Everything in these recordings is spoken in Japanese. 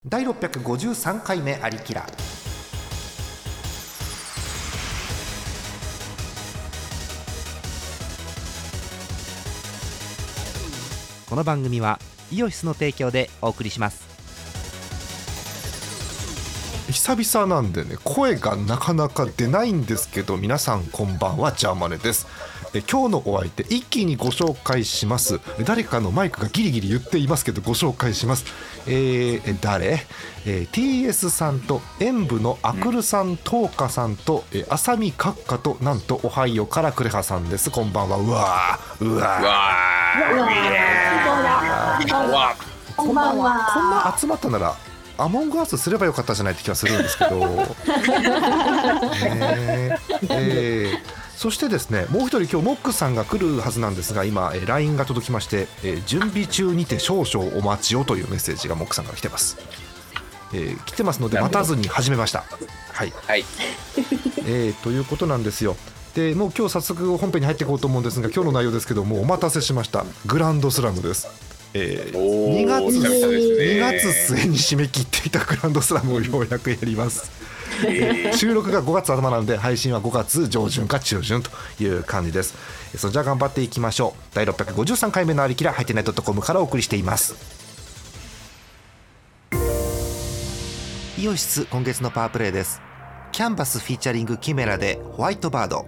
第653回目ありきら。この番組はイオシスの提供でお送りします。 久々なんでね、声がなかなか出ないんですけど、皆さんこんばんは、ジャーマネです。今日のお相手一気にご紹介します。誰かのマイクがギリギリ言っていますけどご紹介します。誰、TS さんと演舞のアクルさん、トーカさんと浅見閣下と、なんとオハイオからクレハさんです。こんばんは。うわーうわーこんばんは。こんな集まったならアモングアースすればよかったじゃないって気がするんですけどそしてですね、もう一人今日モックさんが来るはずなんですが、今 LINE が届きまして、準備中にて少々お待ちをというメッセージがモックさんから来てます。来てますので待たずに始めました。はい、はいということなんですよ。でもう今日早速本編に入っていこうと思うんですが、今日の内容ですけども、お待たせしました。グランドスラムです。2月末に締め切っていたグランドスラムをようやくやります。収録が5月頭なので配信は5月上旬か中旬という感じです。それじゃあ頑張っていきましょう。第653回目のありきら、はいてない .com からお送りしています。イオシス今月のパワープレイです。キャンバスフィーチャリングキメラでホワイトバード。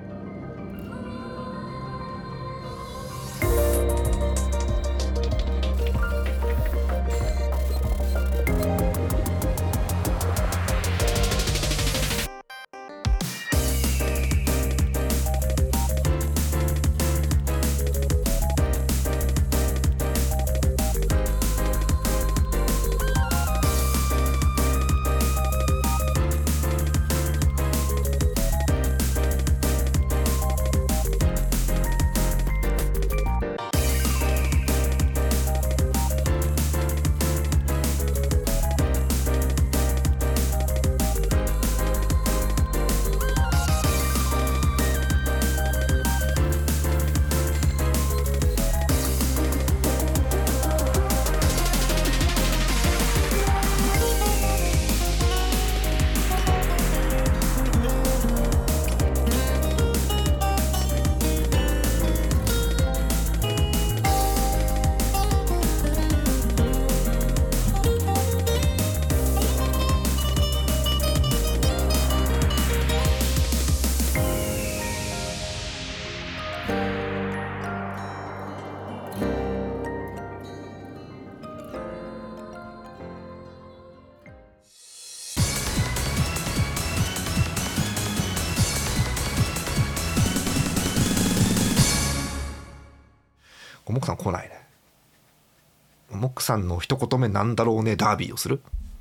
モックさん来ないね。モックさんの一言目なんだろうねダービーをする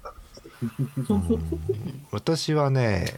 私はね、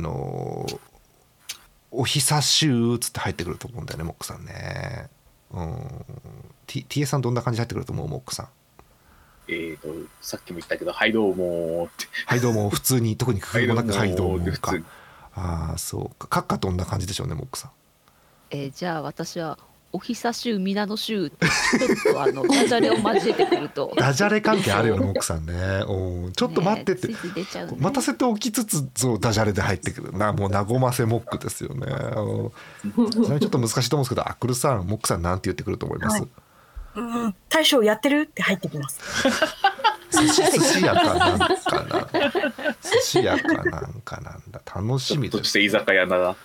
お久しゅうつって入ってくると思うんだよね、モックさんね。TA さんどんな感じで入ってくると思う、モックさん。 さっきも言ったけど、はいどうもって。 はいどうも、普通に特に工夫もなくはいどうもか。 はいああそうか。閣下どんな感じでしょうね、モックさん。 じゃあ私はお久しゅう皆の衆ってちょっとダジャレを交えてくるとダジャレ関係あるよね、モックさんね。ちょっと待ってって、待たせておきつつそうダジャレで入ってくるな。もう和ませモックですよね。ちなみにちょっと難しいと思うんですけど、アクルさん、モックさんなんて言ってくると思います？ はい、大将やってるって入ってきます。 寿司屋かなんかな、寿司屋かなんかなんだ。楽しみです。 そして居酒屋なら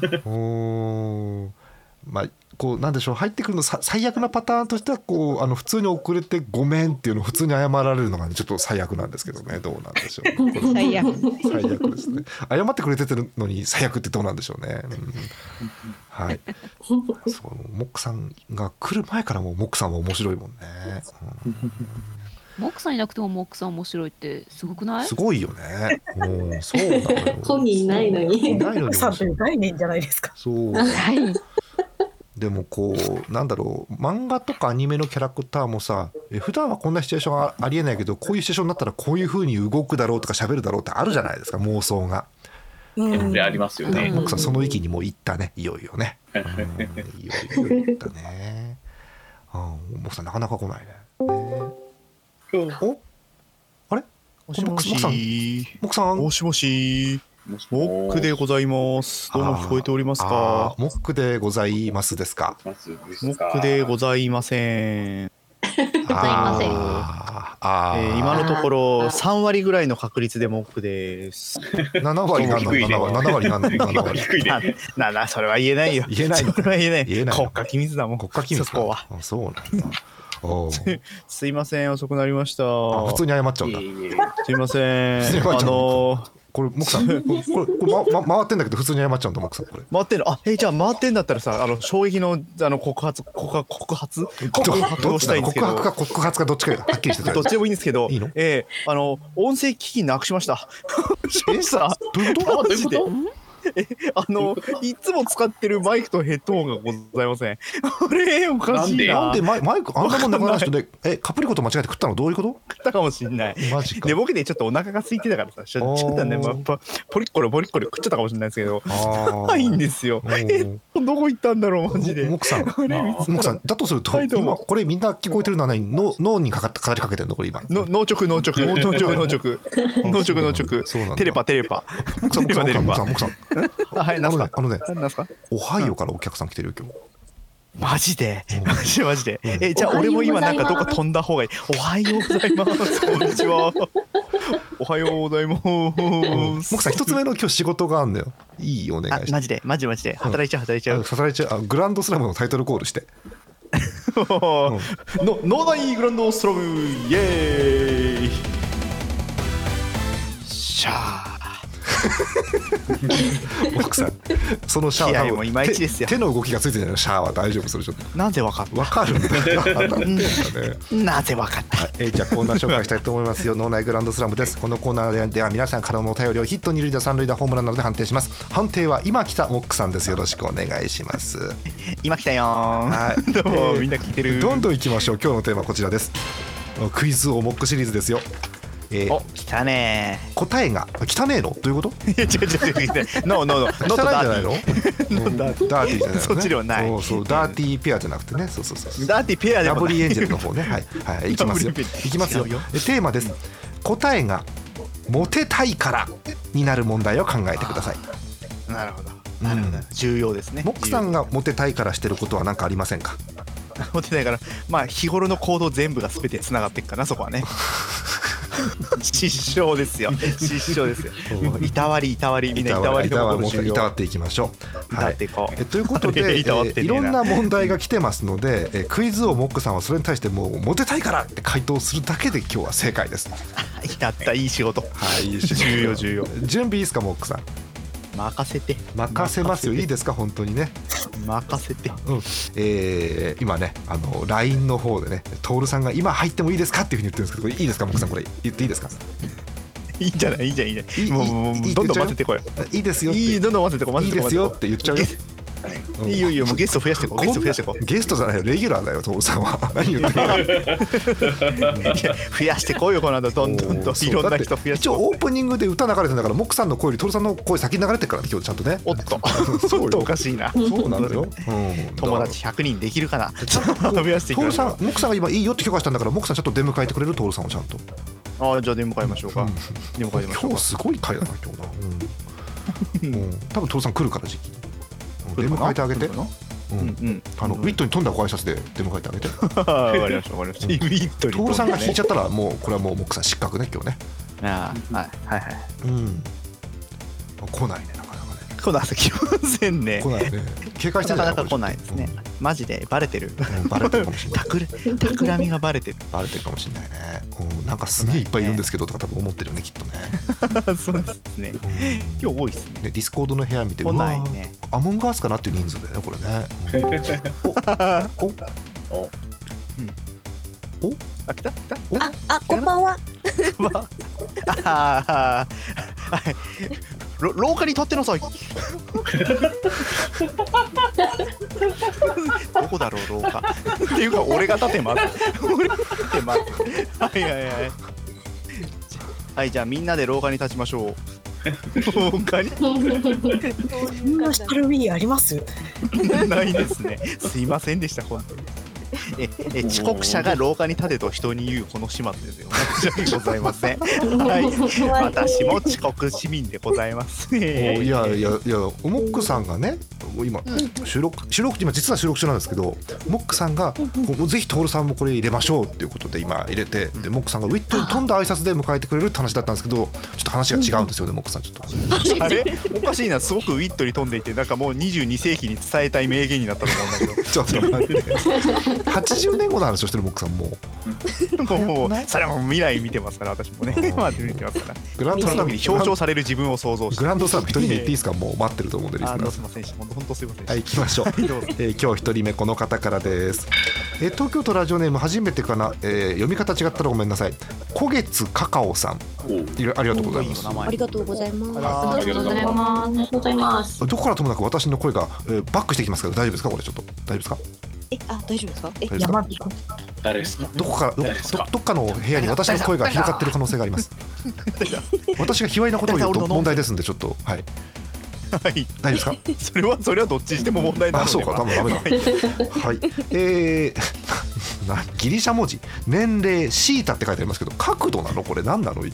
まあこうなんでしょう、入ってくるの最悪なパターンとしてはこう普通に遅れてごめんっていうのを普通に謝られるのが、ね、ちょっと最悪なんですけどね。どうなんでしょう。最悪ですね。謝ってくれてるのに最悪ってどうなんでしょうね。はい。そうモックさんが来る前からもうモックさんは面白いもんね。 モックさんいなくてもモックさん面白いってすごくない？ すごいよね。そうなのよ。 本人いないのに。 モックさんという概念じゃないですか。 そう。でもこうなんだろう、漫画とかアニメのキャラクターもさ、普段はこんなシチュエーションはありえないけど、こういうシチュエーションになったらこういう風に動くだろうとか喋るだろうってあるじゃないですか、妄想が。 ありますよね。 モックさんその域にもう行ったね、いよいよね。いよいよ行ったね。モックさんなかなか来ないね。おあれもしもし。 モクさん。 もしもし。 もしモックでございます。どうも聞こえておりますか。 モックでございますですか。 まずですモかックでございません。 ございません今のところ3割ぐらいの確率でモックです。 7割なんだ。 低いね 7割なんだ。7割。 低いね。 それは言えないよ。 言えないのそれは言えない。 言えないの国家機密だもん。 国家機密そこは。 あ、そうなんだ。おーすいません、遅くなりました。 あ、普通に謝っちゃうんだ。 いえいえすいません。 すいませんこれモクさん、これ回ってんだけど普通に謝っちゃうんだモクさんこれ。 回ってんの。じゃあ回ってんだったらさ、衝撃の告発をしたいんですけど。 告白か告発かどっちかはっきりしてた。 どっちでもいいんですけど、 いいの音声機器なくしました。しました。 どういうこと？ どういうこといつも使ってるマイクとヘッドホンがございません。あれおかしいな。 なんでマイクあんなもんなくならしたでカプリコと間違えて食ったのどういうこ食ったかもしんない。 と？マジか。 寝ぼけてちょっとお腹が空いてたからさ、ちょっとね、ポリッコリ食っちゃったかもしれないですけど、ないんですよ。どこ行ったんだろうマジで。 モクさんだとすると今これみんな聞こえてるのは何？脳に語りかけてるのこれ今。 脳直。テレパ。 モクさんはい、なんすか。 なんすか？ なんすか。 オハイオからお客さん来てるよ今日。 マジで。じゃあ俺も今なんかどっか飛んだ方がいい。おはようございます。こんにちは。おはようございます。 モクさん一つ目の今日仕事があんのよ。いいお願いして。 マジで働いちゃう。 グランドスラムのタイトルコールして。 脳内グランドストロムイエーイ。シャー。 奥さんそのシャワー気合もいまいちですよ。 手の動きがついてないのシャワー大丈夫それちょっと。 なぜわかった？ わかるんだよ。 なぜわかった？ じゃあコーナー紹介したいと思いますよ。脳内グランドスラムです。このコーナーでは皆さんからのお便りをヒット2塁打3塁打ホームランなどで判定します。判定は今来たモックさんです。よろしくお願いします。 今来たよー。どうもみんな聞いてる。 どんどん行きましょう。今日のテーマはこちらです。クイズ王モックシリーズですよ。 来たねー。答えが汚ねえのどういうこと？ いや違うノー汚いんじゃないの？ダーティーじゃないのね。 そっちではない。 そうダーティーペアじゃなくてね。そうダーティーペアでもない。 ラブリーエンジェルの方ね。はい行きますよ。テーマです。答えがモテたいからになる問題を考えてください。 なるほど。重要ですね。 モックさんがモテたいからしてることは何かありませんか？ モテたいから日頃の行動全部が全てつながっていくかなそこはね。失笑ですよ。いたわりみんないたわりのこといたわっていきましょう。 はい。ということでいろんな問題が来てますのでクイズ王モックさんはそれに対してもうモテたいからって回答するだけで今日は正解です。 やったいい仕事。 はいいい仕事。重要。準備いいですかモックさん？ 任せますよ。いいですか本当にね。 任せて。 今ねLINE の方でね徹さんが今入ってもいいですかっていうふうに言ってるんですけど、これいいですかモックさん？これ言っていいですか？ いいんじゃない。もうどんどん混ぜてこい。 いいですよ。 どんどん混ぜてこい。 いいですよって言っちゃうよ。 いいよもうゲスト増やしてこう。ゲストじゃないよレギュラーだよ徹さんは。何言ってる？ 増やしてこいよこの後どんどんといろんな人増やして。 一応オープニングで歌流れてんだからモックさんの声より徹さんの声先に流れてるから今日ちゃんとね。 おっとちょっとおかしいな。 そうなんだよ。 友達100人できるかな。ちょっと増やしていきましょう。 モックさんが今いいよって許可したんだからモックさんちょっと出迎えてくれる徹さんをちゃんと。 じゃあ出迎えましょうか。 今日すごい回だな今日な。多分徹さん来るから時期出迎えてあげて。ウィットに飛んだご挨拶で出迎えてあげて。 わかりました。ウィットに。 徹さんが引いちゃったらもうこれはもうモックさん失格ね今日ね。 はい。 来ないねなかなかね。 来ませんね。 来ないね。警戒してる。 なかなか来ないですね。マジでバレてる。 バレてるかもしれない。 企みがバレてる。 バレてるかもしれないね。なんかすげえいっぱいいるんですけどとか多分思ってるよねきっとね。 そうですね。今日多いですね。 ディスコードの部屋見て来ないね。 アモンガースかなっていう人数だよねこれね。 来た。 こんばんは。 廊下に立ってなさい。どこだろう廊下。っていうか俺が立てます。はいじゃあみんなで廊下に立ちましょう。廊下に。 そんなシャルウィーあります？ ないですね。すいませんでした本当に。 遅刻者が廊下に立てと人に言うこの始末ですよ。申し訳ございません。はい、私も遅刻市民でございます。 いやいやいや、モックさんがね、今収録今実は収録中なんですけど、モックさんがぜひ徹さんもこれ入れましょうっていうことで今入れて、でモックさんがウィットに飛んだ挨拶で迎えてくれるって話だったんですけど、ちょっと話が違うんですよね、モックさんちょっと。 あれおかしいな、すごくウィットに飛んでいて、なんかもう22世紀に伝えたい名言になったと思うんだけど。 ちょっと待って80年後の話をしてるモックさんももうそれはもう未来見てますから、私もねまあ見てますから、 グランドスラムに表彰される自分を想像して、 グランドスラム一人目言っていいですか？もう待ってると思うんでリスナーすいません、本当すいません。 はい、行きましょう。 どうぞ。 今日一人目この方からです。東京都ラジオネーム初めてかな、読み方違ったらごめんなさい。古月カカオさん、ありがとうございます。 ありがとうございます。 ありがとうございます。 ありがとうございます。 どこからともなく私の声が、バックしてきますけど大丈夫ですか？これちょっと大丈夫ですか？ 大丈夫ですか？ 大丈夫ですか？ 山彦。 誰ですか？ どこからどっかの部屋に私の声が広がってる可能性があります。私が卑猥なことを言うと問題ですんで、ちょっとはい。 はい、 大丈夫ですか？ それはどっちにしても問題なので。 あ、そうか、多分ダメだ。はい。ギリシャ文字、年齢、シータって書いてありますけど、角度なの？これ何なの？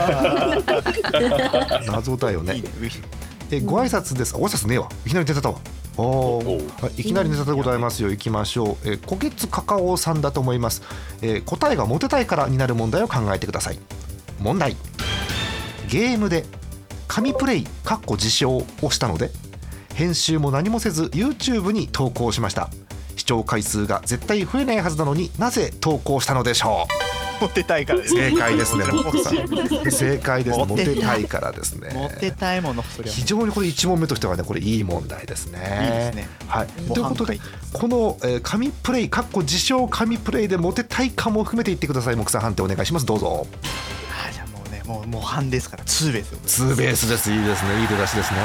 謎だよね。ご挨拶です。ご挨拶ねえわ。いきなり出てたわ。いきなりネタでございますよ。行きましょう。古月カカオさんだと思います。答えがモテたいからになる問題を考えてください。問題。ゲームで神プレイ自称をしたので、編集も何もせず YouTube に投稿しました。視聴回数が絶対増えないはずなのになぜ投稿したのでしょう？モテたいからです。 正解ですね。正解です。モテたいからですね。 モテたいもの。 非常にこれ1問目としてはね、これいい問題ですね。いいですね。はい。ということで、この神プレイ自称神プレイでモテたいかも含めて言ってください。木さん判定お願いします。どうぞ。 じゃあもうね、もう半ですから、ツーベース。 ツーベースです。いいですね。いい出だしですね。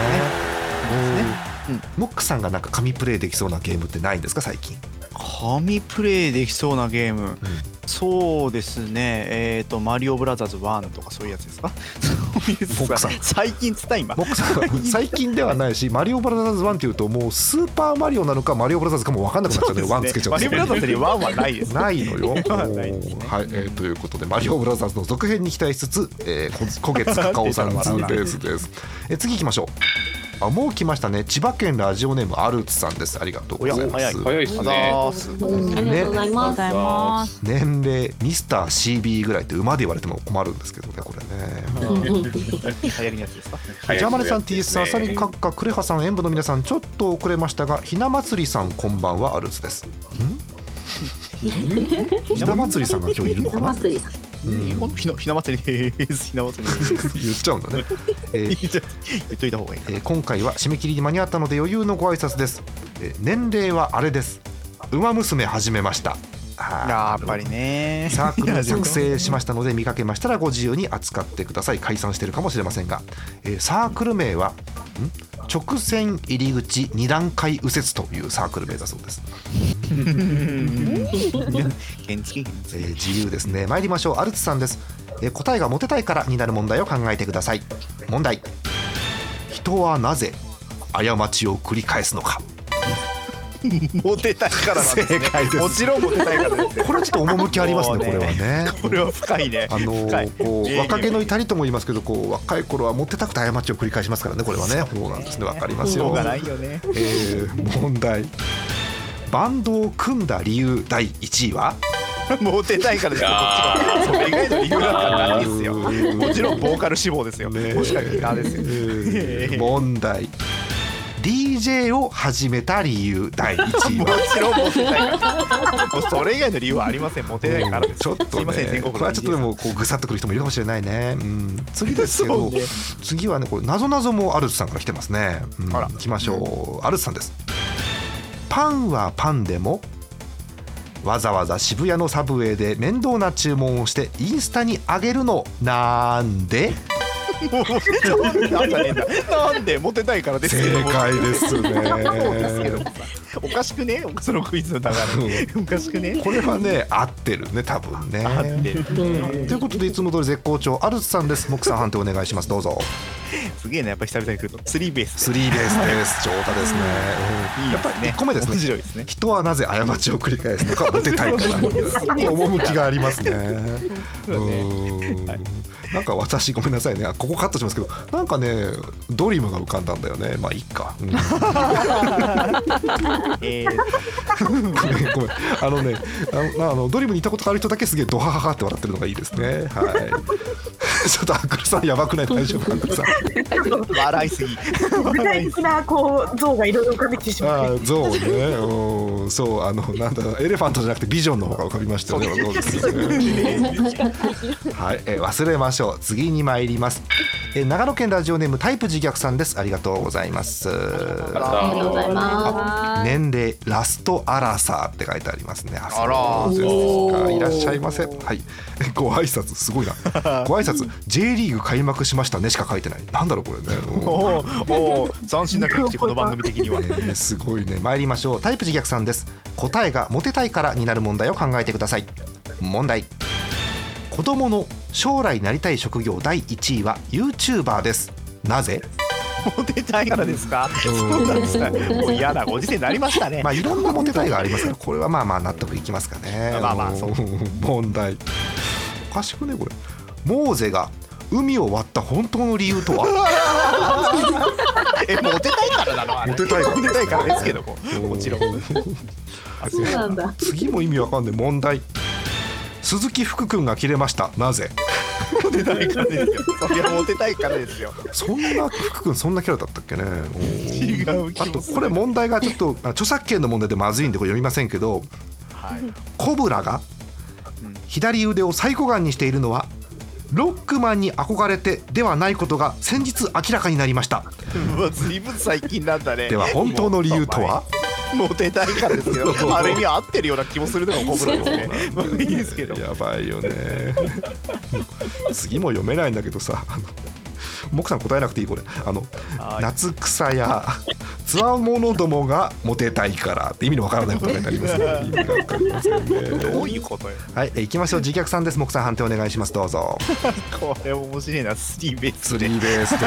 モックさんがなんか神プレイできそうなゲームってないんですか最近？ 神プレイできそうなゲーム、そうですね、マリオブラザーズ1とかそういうやつですか？ モックさん最近つった今。 モックさん最近ではないし、マリオブラザーズ1っていうともうスーパーマリオなのかマリオブラザーズかも分かんなくなっちゃうね。1つけちゃう。 マリオブラザーズに1はないです。 ないのよ。はい、ということでマリオブラザーズの続編に期待しつつ、古月カカオさんツーベースです。次行きましょう。もう来ましたね。千葉県ラジオネームアルツさんです。ありがとうございます。 早いですね。 ありがとうございます。 年齢ミスター CB ぐらいって馬で言われても困るんですけどね、これね。 流行りのやつですか？ ジャーマネさん、TS さん、アサリカッカ、クレハさん、演舞の皆さん、ちょっと遅れましたが、ひな祭りさんこんばんは。アルツです。ひな祭りさんが今日いるのかな？ ひな祭りです。ひな祭りです。 言っちゃうんだね。 言っといた方がいい。 今回は締め切りに間に合ったので余裕のご挨拶です。年齢はあれです。馬娘始めました。 やっぱりね。 サークル作成しましたので見かけましたらご自由に扱ってください。解散してるかもしれませんが、サークル名は直線入り口2段階右折というサークル名だそうです。自由ですね。参りましょう。アルツさんです。答えがモテたいからになる問題を考えてください。問題。人はなぜ過ちを繰り返すのか？ モテたいからなんですね。 正解です。 もちろんモテたいからですね。 これはちょっと趣ありますね。これはね。 これは深いね。 若気の至りとも言いますけど、若い頃はモテたくて過ちを繰り返しますからね。これはね。そうなんですね。わかりますよ。 しょうがないよね。 問題。バンドを組んだ理由第1位は？ モテたいからですよ。それ以外の理由なんかないですよ。もちろんボーカル志望ですよ。もしくはギターですよ。 問題。DJ を始めた理由第1位は？ もちろんモテたいから。もうそれ以外の理由はありません。モテたいからです。 ちょっとね、 すいません、全国これはちょっとでもぐさっとくる人もいるかもしれないね。次ですけど、次はね、これなぞなぞもアルツさんから来てますね。行きましょう。アルツさんです。パンはパンでもわざわざ渋谷のサブウェイで面倒な注文をしてインスタに上げるのなんで？ なんでモテたいからですけど。 正解ですね。 おかしくね、そのクイズの流れおかしくね。 これはね合ってるね多分ね。 合ってる。 ということでいつも通り絶好調アルツさんです。モックさん判定お願いします。どうぞ。 すげえな、やっぱり久々に来るとスリーベース。 スリーベースです。長太ですね。やっぱり1個目ですね。 面白いですね。 人はなぜ過ちを繰り返すのかモテたいから。趣がありますね。なんか私ごめんなさいね、ここカットしますけど、なんかねドリムが浮かんだんだよね。まあいいか。ごめんごめん。ドリムにいたことがある人だけすげえドハハハって笑ってるのがいいですね。はい。ちょっとアックルさんやばくない？大丈夫？アックルさん。 笑いすぎ。 具体的なこう像がいろいろ浮かんできてしまって。 像ね。そうなんだエレファントじゃなくてビジョンの方が浮かびましたよね。そうですね。はい、忘れましょう。次に参ります。長野県ラジオネームタイプ自虐さんです。ありがとうございます。 ありがとうございます。 年齢ラストアラサーって書いてありますね。 あら、 そうですか。いらっしゃいませ。はい。ご挨拶すごいな。ご挨拶 J リーグ開幕しましたねしか書いてない。なんだろうこれね。 お斬新な切り口、この番組的には。 すごいね。参りましょう。タイプ自虐さんです。答えがモテたいからになる問題を考えてください。問題。子供の将来なりたい職業第1位は YouTuber です。なぜ？ モテたいからですか？そうなんですか。もう嫌なご時世になりましたね。 まあいろんなモテたいがありますから、これはまあまあ納得いきますかね。 まあまあそう。 問題。おかしくねこれ。モーゼが海を割った本当の理由とは？ モテたいからなの？あれモテたいからですけども、もちろん。 そうなんだ。 次も意味わかんない。問題。鈴木福君が切れました。なぜ？ モテたいからですよ。そりゃモテたいからですよ。 そんな福君そんなキャラだったっけね。 違う気あともする。 これ問題がちょっと著作権の問題でまずいんでこれ読みませんけど、 はい。 コブラが左腕をサイコガンにしているのはロックマンに憧れてではないことが先日明らかになりました。 うわ、ずいぶん最近なんだね。 では本当の理由とは？ モテたいからですけど、あれに合ってるような気もするのがコブラですね。まあいいですけど。 やばいよね。次も読めないんだけどさ、モクさん答えなくていいこれ。夏草やつわものどもがモテたいからって意味のわからないことになりますね。意味がわかりませんね。 どういうことよ。 はい、行きましょう。自虐さんです。モクさん判定お願いします。どうぞ。 これ面白いな。スリーベース。 スリーベースです。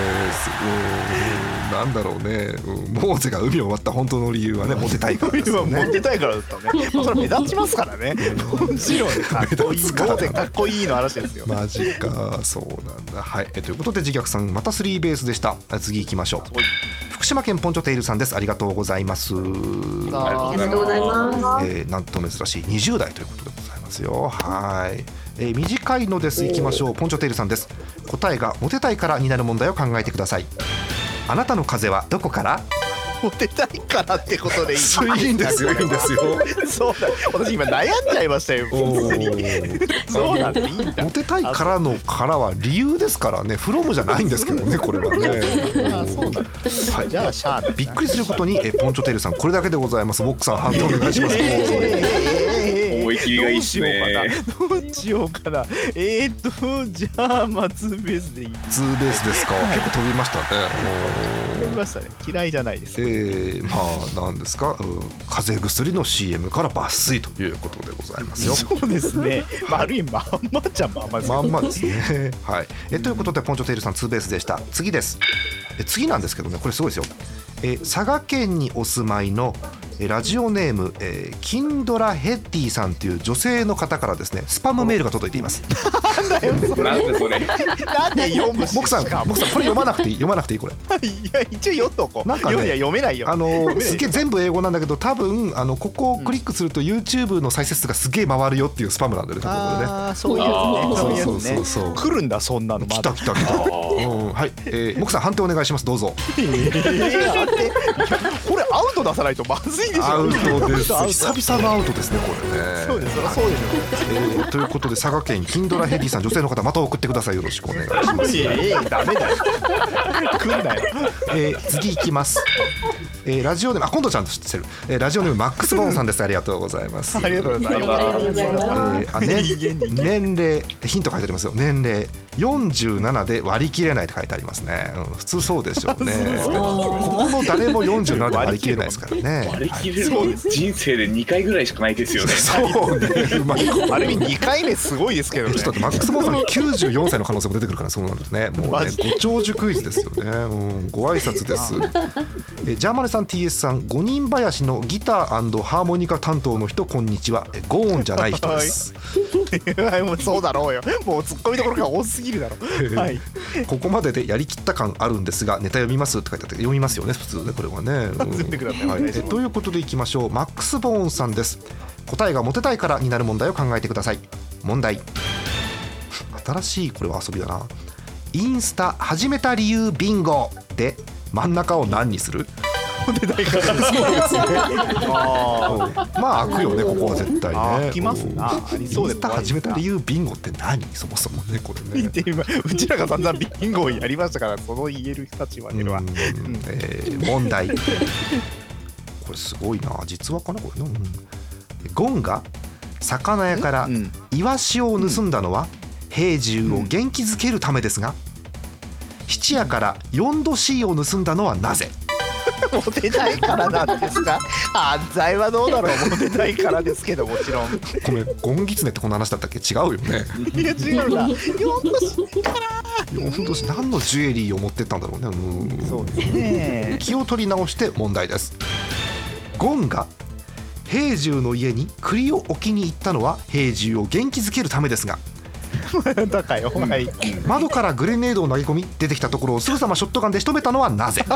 なんだろうね。モーゼが海を割った本当の理由はね、モテたいからですよね。 モテたいからだったね。まあそれ目立ちますからね。もちろんかっこいい。モーゼかっこいいの話ですよ。 マジか、そうなんだ。はい、ということで自虐さんまたスリーベースでした。次行きましょう。福島県ポンチョテイルさんです。ありがとうございます。 ありがとうございます。 なんと珍しい20代ということでございますよ。はい。短いのです。行きましょう。ポンチョテイルさんです。答えがモテたいからになる問題を考えてください。あなたの風はどこから？ モテたいからってことでいい。 そういいんですよ。いいんですよ。 そうだ。私今悩んじゃいましたよ。そうなんでいいんだ。 モテたいからのからは理由ですからね。フロムじゃないんですけどね。これはね。 そうなんだ。はい。じゃあシャー。 びっくりすることにポンチョテイルさんこれだけでございます。ボックさん判定お願いします。 思い切りがいいっすね。 どうしようかな。じゃあまあツーベースでいい。 ツーベースですか。結構飛びましたね。 飛びましたね。嫌いじゃないです。 まあなんですか、風邪薬の CM から抜粋ということでございますよ。 そうですね。まあある意味まんまっちゃまんまです。 まんまですね。はい。ということでポンチョテイルさんツーベースでした。次です。次なんですけどね、これすごいですよ。佐賀県にお住まいのラジオネーム、キンドラヘッディさんという女性の方からですねスパムメールが届いています。 なんでそれ。 なんで読むし。 モクさんこれ読まなくていいこれ。 いや一応読っとこう。 なんかね、 読めないよ。 すげえ全部英語なんだけど多分ここをクリックすると YouTube の再生数がすげえ回るよっていうスパムなんだよね。 ああそういうやつね。 そう来るんだそんなの。 来た。はい。モクさん判定お願いします。どうぞ。 これアウト出さないとまずいでしょ。 アウトです。久々のアウトですねこれね。 そうです。そうでしょ。 ということで佐賀県キンドラヘディさん女性の方また送ってください。よろしくお願いします。 ダメだよ。来んなよ。 次いきます。 ラジオネーム今度ちゃんと知ってる、ラジオネームマックスボーンさんです。ありがとうございます。 ありがとうございます。 年齢ヒント書いてありますよ。年齢47で割り切れないって書いてありますね。普通そうでしょうね。ここの誰も47で割り切れないですからね。 割り切れるの人生で2回ぐらいしかないですよね。 そうね。 ある意味2回目すごいですけどね。 ちょっとマックスボーンさん94歳の可能性も出てくるからそうなんですね。もうねご長寿クイズですよね。ご挨拶です。ジャーマネさん TS さん5人林のギター&ハーモニカ担当の人こんにちは。ゴーンじゃない人です。 もうそうだろうよ。もうツッコミどころが多すぎるだろう。はい。 ここまででやりきった感あるんですがネタ読みますって書いてあって読みますよね普通ねこれはね。 読んでください。 はい。ということでいきましょう。マックスボーンさんです。答えがモテたいからになる問題を考えてください。問題。新しいこれは遊びだな。インスタ始めた理由ビンゴで真ん中を何にする？ モテたいからそうですね。 まあ開くよねここは絶対ね。 開きますな。ありそうで。 インスタ始めた理由ビンゴって何？そもそもねこれね。 うちらが散々ビンゴをやりましたからその言える人たちはねは。 問題。これすごいな実話かなこれ。ゴンが魚屋からイワシを盗んだのは兵十を元気づけるためですが、質屋から4度 C を盗んだのはなぜ？ モテたいからなんですか？犯罪はどうだろう。モテたいからですけどもちろん。 ごめんゴンギツネってこの話だったっけ？違うよね。 いや違うな。4度 C から 4度 C 何のジュエリーを持ってったんだろうね。 そうですね。 気を取り直して問題です。ゴンが兵十の家に栗を置きに行ったのは兵十を元気づけるためですがだかよ、はい、 窓からグレネードを投げ込み出てきたところをすぐさまショットガンで仕留めたのはなぜ？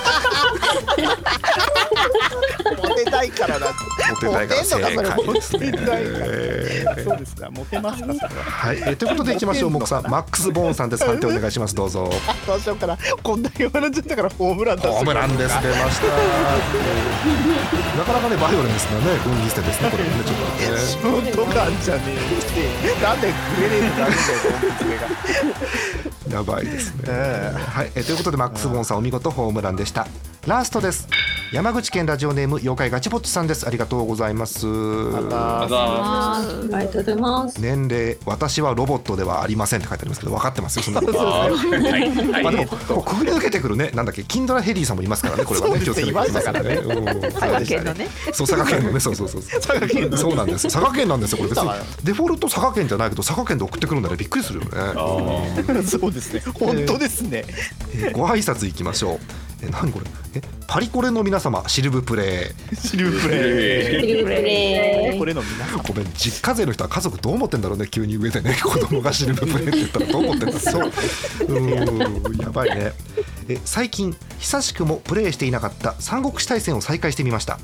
モテたいからだ。 モテたいから正解ですね。 そうですか、モテますかそれは。 はい、ということでいきましょう。モクさんマックスボーンさんです。判定お願いします。どうぞ。 どうしようかな。こんだけ笑っちゃったからホームランだ。 ホームランです。出ました。なかなかねバイオレンスなねゴンギステですねこれねちょっとね。 ショットガンじゃねえ。なんでグレネード投げんだよゴンギステが。 やばいですね。はい、ということでマックスボーンさんお見事ホームランでした。ラストです。山口県ラジオネーム妖怪ガチポッチさんです。ありがとうございます。 ありがとうございます。 年齢私はロボットではありませんって書いてありますけど分かってますよそんなこと。まあでもくぐり抜けてくるねなんだっけキンドラヘリーさんもいますからねこれはね気をつけてくださいね。 佐賀県のね。 そう佐賀県のねそう佐賀県そうなんです佐賀県なんですよこれ別にデフォルト佐賀県じゃないけど佐賀県で送ってくるんだねびっくりするよね。 そうですね本当ですね。 ご挨拶いきましょう。何これパリコレの皆様シルブプレイシルブプレイシルブプレイこれの皆様ごめん実家勢の人は家族どう思ってんだろうね急に上でね子供がシルブプレイって言ったらどう思ってんだそうやばいね。最近久しくもプレイしていなかった三国志大戦を再開してみました。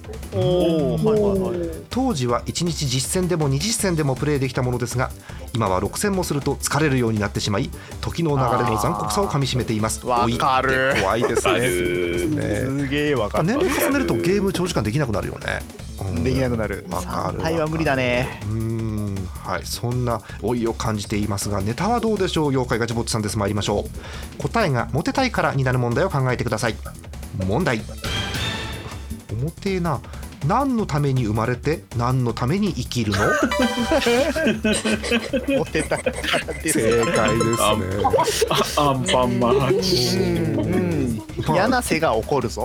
当時は1日実戦でも20戦でもプレイできたものですが今は6戦もすると疲れるようになってしまい時の流れの残酷さをかみしめています。 わかる怖いですね。 すげえわかる。 年齢重ねるとゲーム長時間できなくなるよね。 できなくなる。3体は無理だね。 はい、そんな老いを感じていますがネタはどうでしょう。妖怪ガチボッチさんです。参りましょう。答えがモテたいからになる問題を考えてください。問題。重てえな。何のために生まれて何のために生きるの？ モテたからです。 正解ですね。 アンパンマンチ。 嫌な背が起こるぞ。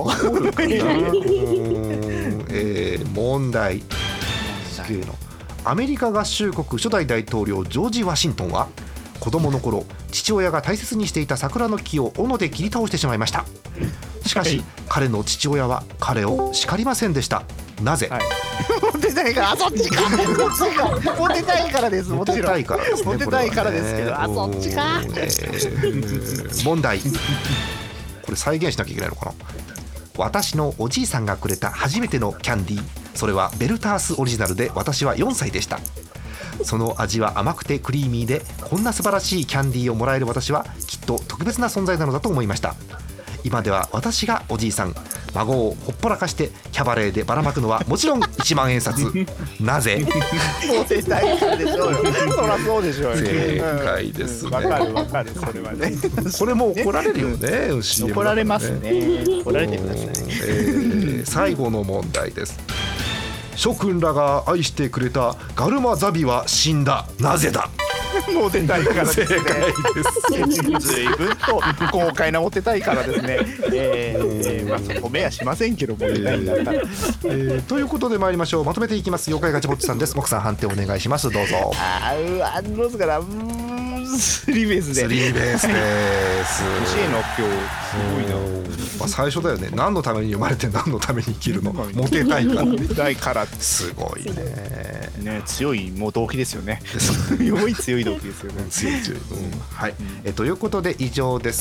問題。アメリカ合衆国初代大統領ジョージ・ワシントンは子供の頃父親が大切にしていた桜の木を斧で切り倒してしまいました。しかし、彼の父親は彼を叱りませんでした。なぜ？ モテたいから。そっちか。モテたいからです。 モテたいからですね。 モテたいからですけどそっちか。 問題。これ再現しなきゃいけないのかな。私のおじいさんがくれた初めてのキャンディー、それはベルタースオリジナルで私は4歳でした。その味は甘くてクリーミーでこんな素晴らしいキャンディーをもらえる私はきっと特別な存在なのだと思いました。今では私がおじいさん、 孫をほっぽらかしてキャバレーでばらまくのはもちろん1万円札。なぜ？ モテたいからでしょうよ。そらそうでしょうよ。 正解ですね。 わかるわかる、それはね。 これも怒られるよね。 怒られますね。怒られてください。 最後の問題です。諸君らが愛してくれたガルマザビは死んだ。なぜだ？ モテたいからですね。 正解です。 随分と豪快なモテたいからですね。まあそこ目はしませんけど、モテたいんだったら。 ということで参りましょう。まとめていきます。妖怪ガチャボッチさんです。木さん判定お願いします。どうぞ。 どうすからスリーベースで。 スリーベースです。 欲しいの今日すごいな。 まあ最初だよね。何のために生まれて何のために生きるの。モテたいから。 モテたいから。 すごいね。 ね、強いもう動機ですよね。強い動機ですよね。 強い。はい。ということで以上です。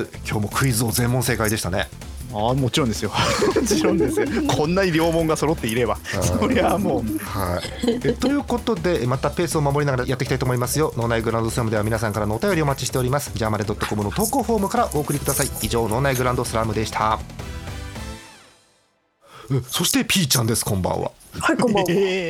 今日もクイズを全問正解でしたね。 もちろんですよ。もちろんですよ。こんなに両門が揃っていれば、そりゃもう。 はい。ということでまたペースを守りながらやっていきたいと思いますよ。脳内グランドスラムでは皆さんからのお便りをお待ちしております。ジャーマネ.com の投稿フォームからお送りください。以上脳内グランドスラムでした。そしてピーちゃんです。こんばんは。 はい、こんばんは。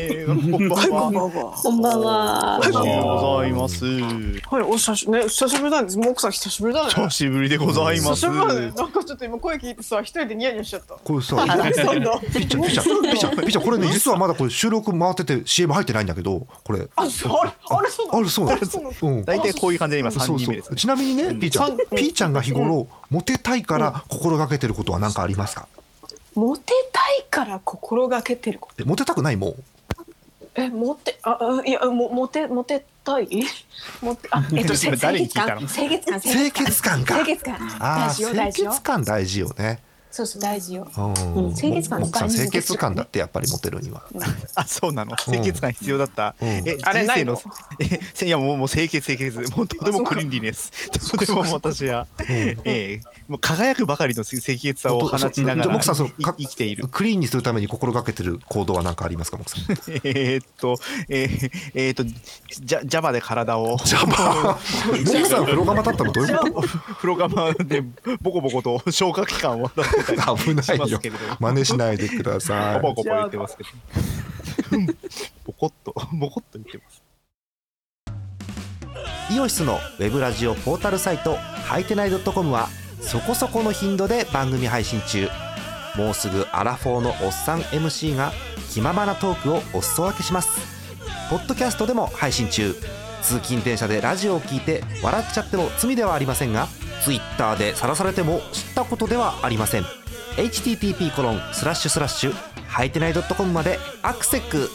こんばんは。 ありがとうございます。 はい、久しぶりなんです。モクさん久しぶりだね。 久しぶりでございます。 久しぶりだね。なんかちょっと今声聞いてさ、一人でニヤニヤしちゃった。 これさ、ピーちゃんこれね、実はまだこれ収録回ってて CM 入ってないんだけど、これ。 あれそうなの。 大体こういう感じで今3人目です。 ちなみにね、ピーちゃんが日頃モテたいから心がけてることは何かありますか？ モテたいから心がけてること。 モテたくないもう？ モテたい？清潔感か。清潔感大事よね。 そう大事よ。清潔感。 清潔感だってやっぱりモテるには。 そうなの。清潔感必要だった。 あれないの？ いやもう清潔。もうとてもクリーンリネス。とても私はもう輝くばかりの清潔さを放ちながら生きている。 クリーンにするために心がけてる行動は何かありますか、木さん？ ジャバで体を。 ジャバ。木さん風呂釜だったのどういうこと？ 風呂釜でボコボコと消化器官を出してたり危ないよ。真似しないでください。 ボコボコ言ってますけど。ボコッと言ってます。 イオシスのウェブラジオポータルサイトはいてない .com はそこそこの頻度で番組配信中。もうすぐアラフォーのおっさん MC が気ままなトークをお裾分けします。ポッドキャストでも配信中。通勤電車でラジオを聞いて笑っちゃっても罪ではありませんが、ツイッターで晒されても知ったことではありません。 http:// はいてない .com までアクセック。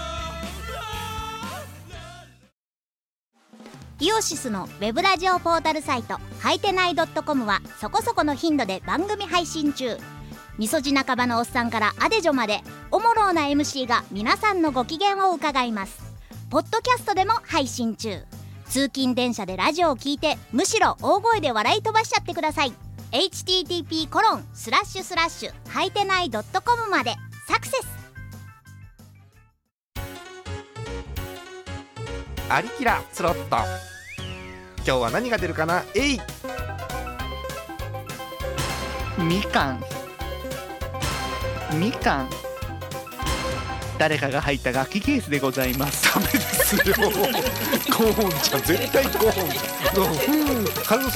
イオシスのウェブラジオポータルサイトはいてない .com はそこそこの頻度で番組配信中。みそじ半ばのおっさんからアデジョまでおもろうな MC が皆さんのご機嫌を伺います。ポッドキャストでも配信中。通勤電車でラジオを聞いてむしろ大声で笑い飛ばしちゃってください。http:// はいてない .com までサクセス。 アリキラスロット、今日は何が出るかな。 みかん誰かが入った楽器ケースでございます。 ダメですよ。コーンちゃん絶対コーンじゃん。カルロス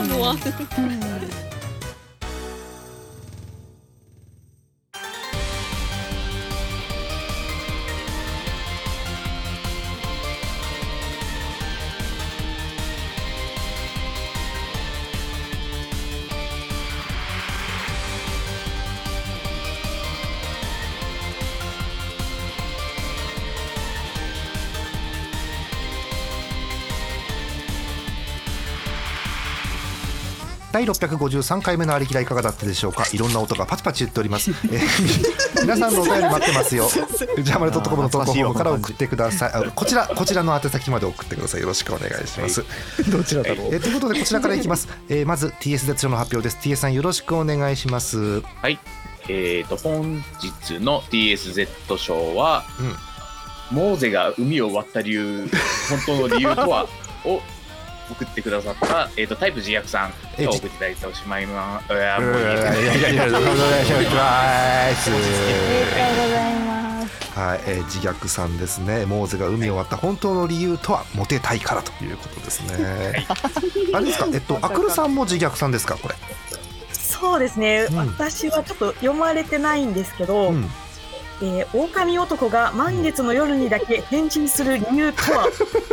第653回目のありきらいかがだったでしょうか。いろんな音がパチパチ言っております。皆さんのお便り待ってますよ。ジャマネ.comの投稿フォームから送ってください。こちらの宛先まで送ってください。よろしくお願いします。 どちらだろう。 ということでこちらからいきます。まず TSZ 賞の発表です。TS さんよろしくお願いします。 はい。本日の TSZ 賞は、モーゼが海を割った本当の理由とはを送ってくださった、タイプ自虐さんが送っていただいてしまいます。 ありがとうございます。はい、自虐さんですね。モーゼが海を割った本当の理由とはモテたいからということですね。あれですか、アクルさんも自虐さんですかこれ。 そうですね、私はちょっと読まれてないんですけど、狼男が満月の夜にだけ変身する理由とは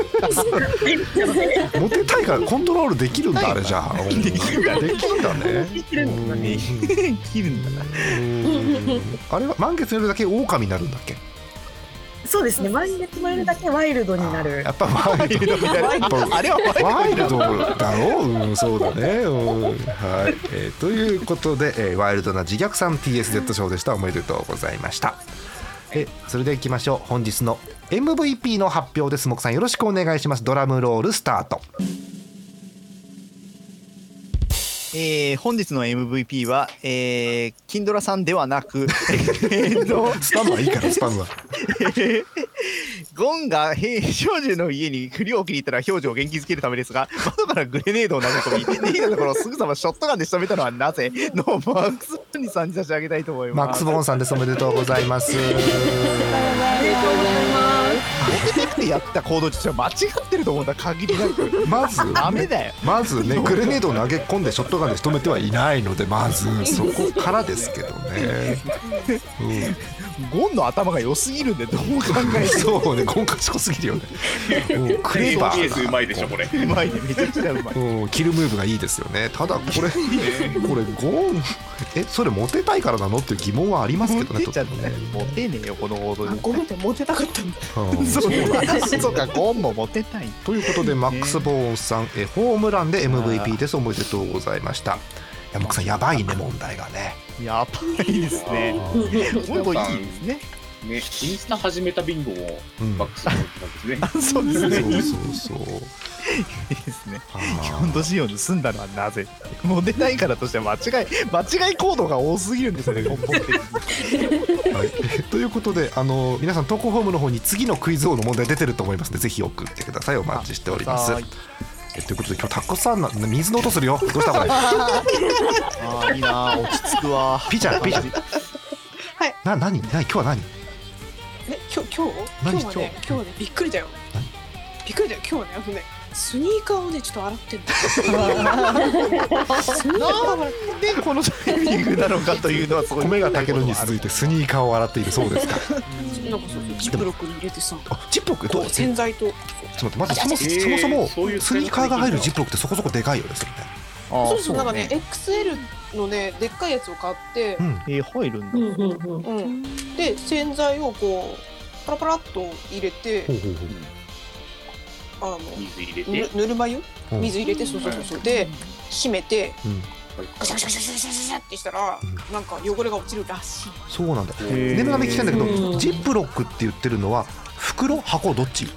モテたいからコントロールできるんだあれじゃあ。できるんだね。できるんだね。あれは満月の夜だけ狼になるんだっけ。 そうですね、満月の夜だけワイルドになる。 やっぱワイルドあれはワイルドだろう。そうだね。はい、ということで、ワイルドな自虐さん TSZ 賞でした。おめでとうございました。それではいきましょう。本日の MVP の発表です。もくさんよろしくお願いします。ドラムロールスタート。 本日の MVP は、キンドラさんではなくスパムはいいからスパムはゴンが少女の家に栗を置きに行ったら少女を元気づけるためですが、窓からグレネードを投げ込み逃げたところをすぐさまショットガンで仕留めたのはなぜのマックス・ボーンさんに差し上げたいと思います。 マックス・ボーンさんです。おめでとうございます。 ありがとうございます。モテたくてやった行動実は間違ってると思うんだ。限りなくまずダメだよ。 まずねグレネードを投げ込んでショットガンで仕留めてはいないので、まずそこからですけどね。 ゴンの頭が良すぎるんでどう考えても。 そうね、ゴン賢すぎるよね。クレバーうまいでしょこれ。 うまいね、めちゃくちゃうまい。 キルムーブがいいですよね。ただこれゴンそれモテたいからなのっていう疑問はありますけどね。 モテねえよこの報道で。 ゴンってモテたかったんだ。 そうか、ゴンもモテたいということで、マックス・ボーンさんホームランで MVP です。おめでとうございました。山木さんやばいね、問題がね。 やばいですね。もういいですね。 インスタ始めたビンゴもマックスなんですね。 そうですね。 そういいですね。4度仕様で済んだのはなぜ。モテたいからとしては間違い行動が多すぎるんですよね。 ということで、皆さん投稿フォームの方に次のクイズ王の問題出てると思いますので、ぜひ送ってください。お待ちしております。ということで、今日たくさん水の音するよ。どうしたこれ。 いいな、落ち着くわ。 ピーちゃん。はい。何今日は何？ 今日はねびっくりだよ。びっくりだよ。今日はねスニーカーをねちょっと洗ってる。 なんでこのタイミングなのかというのは、 米が炊けるに続いてスニーカーを洗っているそうですか。 なんかジップロックに入れてさ。 ジップロックどう？ 洗剤と。 ちょっと待って、まずそもそもスニーカーが入るジップロックってそこそこでかいよね、それね。 そうなんかね XL のねでっかいやつを買って、 入るんだ。で洗剤をこうパラパラっと入れて、 水入れてぬるま湯水入れて、そうで閉めてガシャガシャガシャガシャガシャってしたらなんか汚れが落ちるらしい。 そうなんだ。念のため聞きたいんだけど、ジップロックって言ってるのは箱どっち？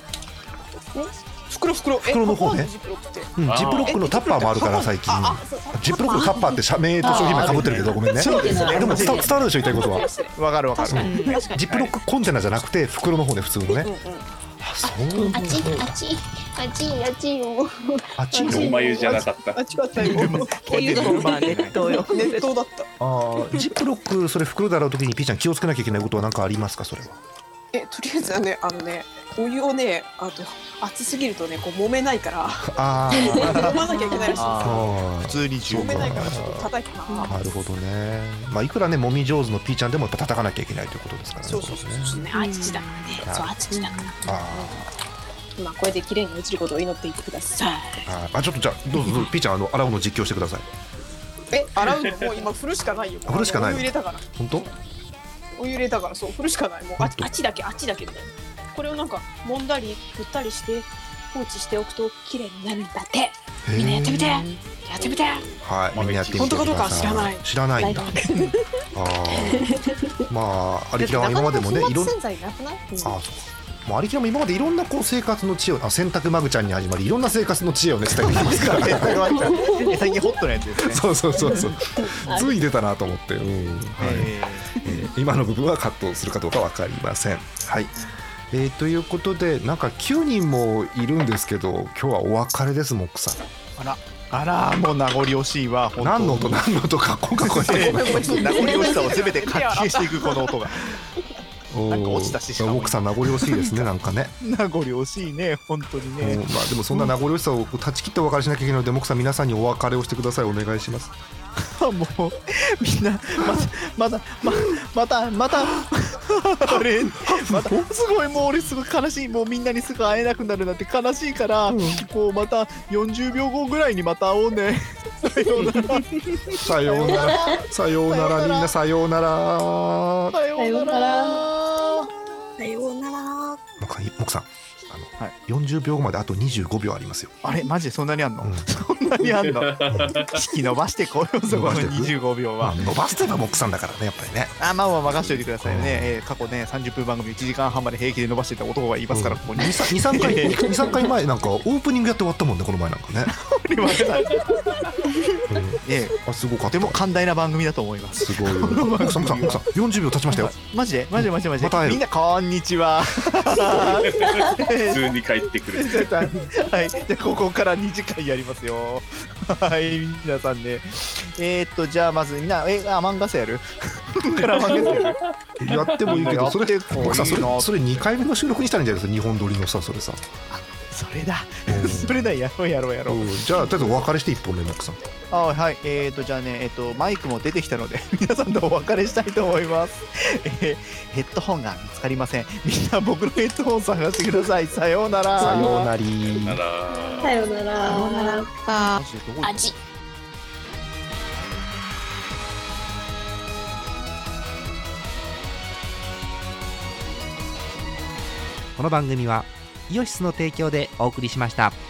袋の方ね。ジップロックのタッパーもあるから最近。ジップロックのタッパーって社名と商品名かぶってるけどごめんね。でも伝わるでしょ言いたいことは。 わかる。 ジップロックコンテナじゃなくて袋の方ね、普通のね。 あっちおまゆじゃなかった。 あっちかったよ。 っていうのもまあ熱湯よ。 熱湯だった。 ジップロックそれ袋で洗うときにピーちゃん気をつけなきゃいけないことは何かありますか、それは。 とりあえずねお湯をね熱すぎるとねこう揉めないから揉まなきゃいけないらしい。 普通に揉めないからちょっと叩いてなるほどね。まあいくらね揉み上手のピーちゃんでもやっぱ叩かなきゃいけないということですからね。 そうね。熱だからね。そう熱だから。まあこれで綺麗に落ちることを祈っていてください。 ちょっとじゃあどうぞピーちゃん洗うの実況してください。 洗うのもう今振るしかないよ。 振るしかない。 お湯入れたから。 本当？ お湯入れたからそう振るしかない。もうあっちだけみたいな。これをなんか揉んだり振ったりして放置しておくと綺麗になるんだって。みんなやってみて。はい、 みんなやってみてください。 本当かどうかは知らないんだ。まあアリキラは今までもねいろんなもうアリキラも今までいろんなこう生活の知恵を洗濯マグちゃんに始まりいろんな生活の知恵をね伝えてきますから最近ホットなやつですね。 そうつい出たなと思って、今の部分はカットするかどうか分かりません。はい、 ということでなんか9人もいるんですけど今日はお別れですモックさん。 あらもう名残惜しいわ。 何の音か今回これ名残惜しさを全てかき消していくこの音がなんか落ちたしモックさん名残惜しいですねなんかね名残惜しいね本当にね。 まあでもそんな名残惜しさを断ち切ってお別れしなきゃいけないのでモックさん皆さんにお別れをしてください。お願いします。 もうみんなまたあれまたすごいもう俺すごい悲しい。もうみんなにすぐ会えなくなるなんて悲しいから、もうまた40秒後ぐらいにまた会おうね。さようならさようならさようならみんなさようならさようならさようなら。 モックさん40秒後まであと25秒ありますよ。 あれマジでそんなにあんの、そんなにあんの引き伸ばしてこようそこの25秒は、 伸ばしてばモックさんだからねやっぱりね。 まあ任しといてくださいね。過去ね30分番組1時間半まで平気で伸ばしてた男がいますから、ここに 2,3 回前なんかオープニングやって終わったもんねこの前なんかね。すごかった。 とても寛大な番組だと思います。 すごいよ。モックさん40秒経ちましたよ。 マジでみんなこんにちは。 普通に帰ってくる。 はい、じゃあここから2時間やりますよ。はい、皆さんね。じゃあまずみんなアマンガスやる？ やってもいいけど、それ2回目の収録にしたらいいんじゃないですか。2本撮りのさ、それさ。 それだやろう。 じゃあとりあえずお別れして1本目モックさん。 はい、じゃあねマイクも出てきたので皆さんとお別れしたいと思います。ヘッドホンが見つかりません。みんな僕のヘッドホン探してください。さようなら。 さようなり。 さようなら。 味。 この番組はイオシスの提供でお送りしました。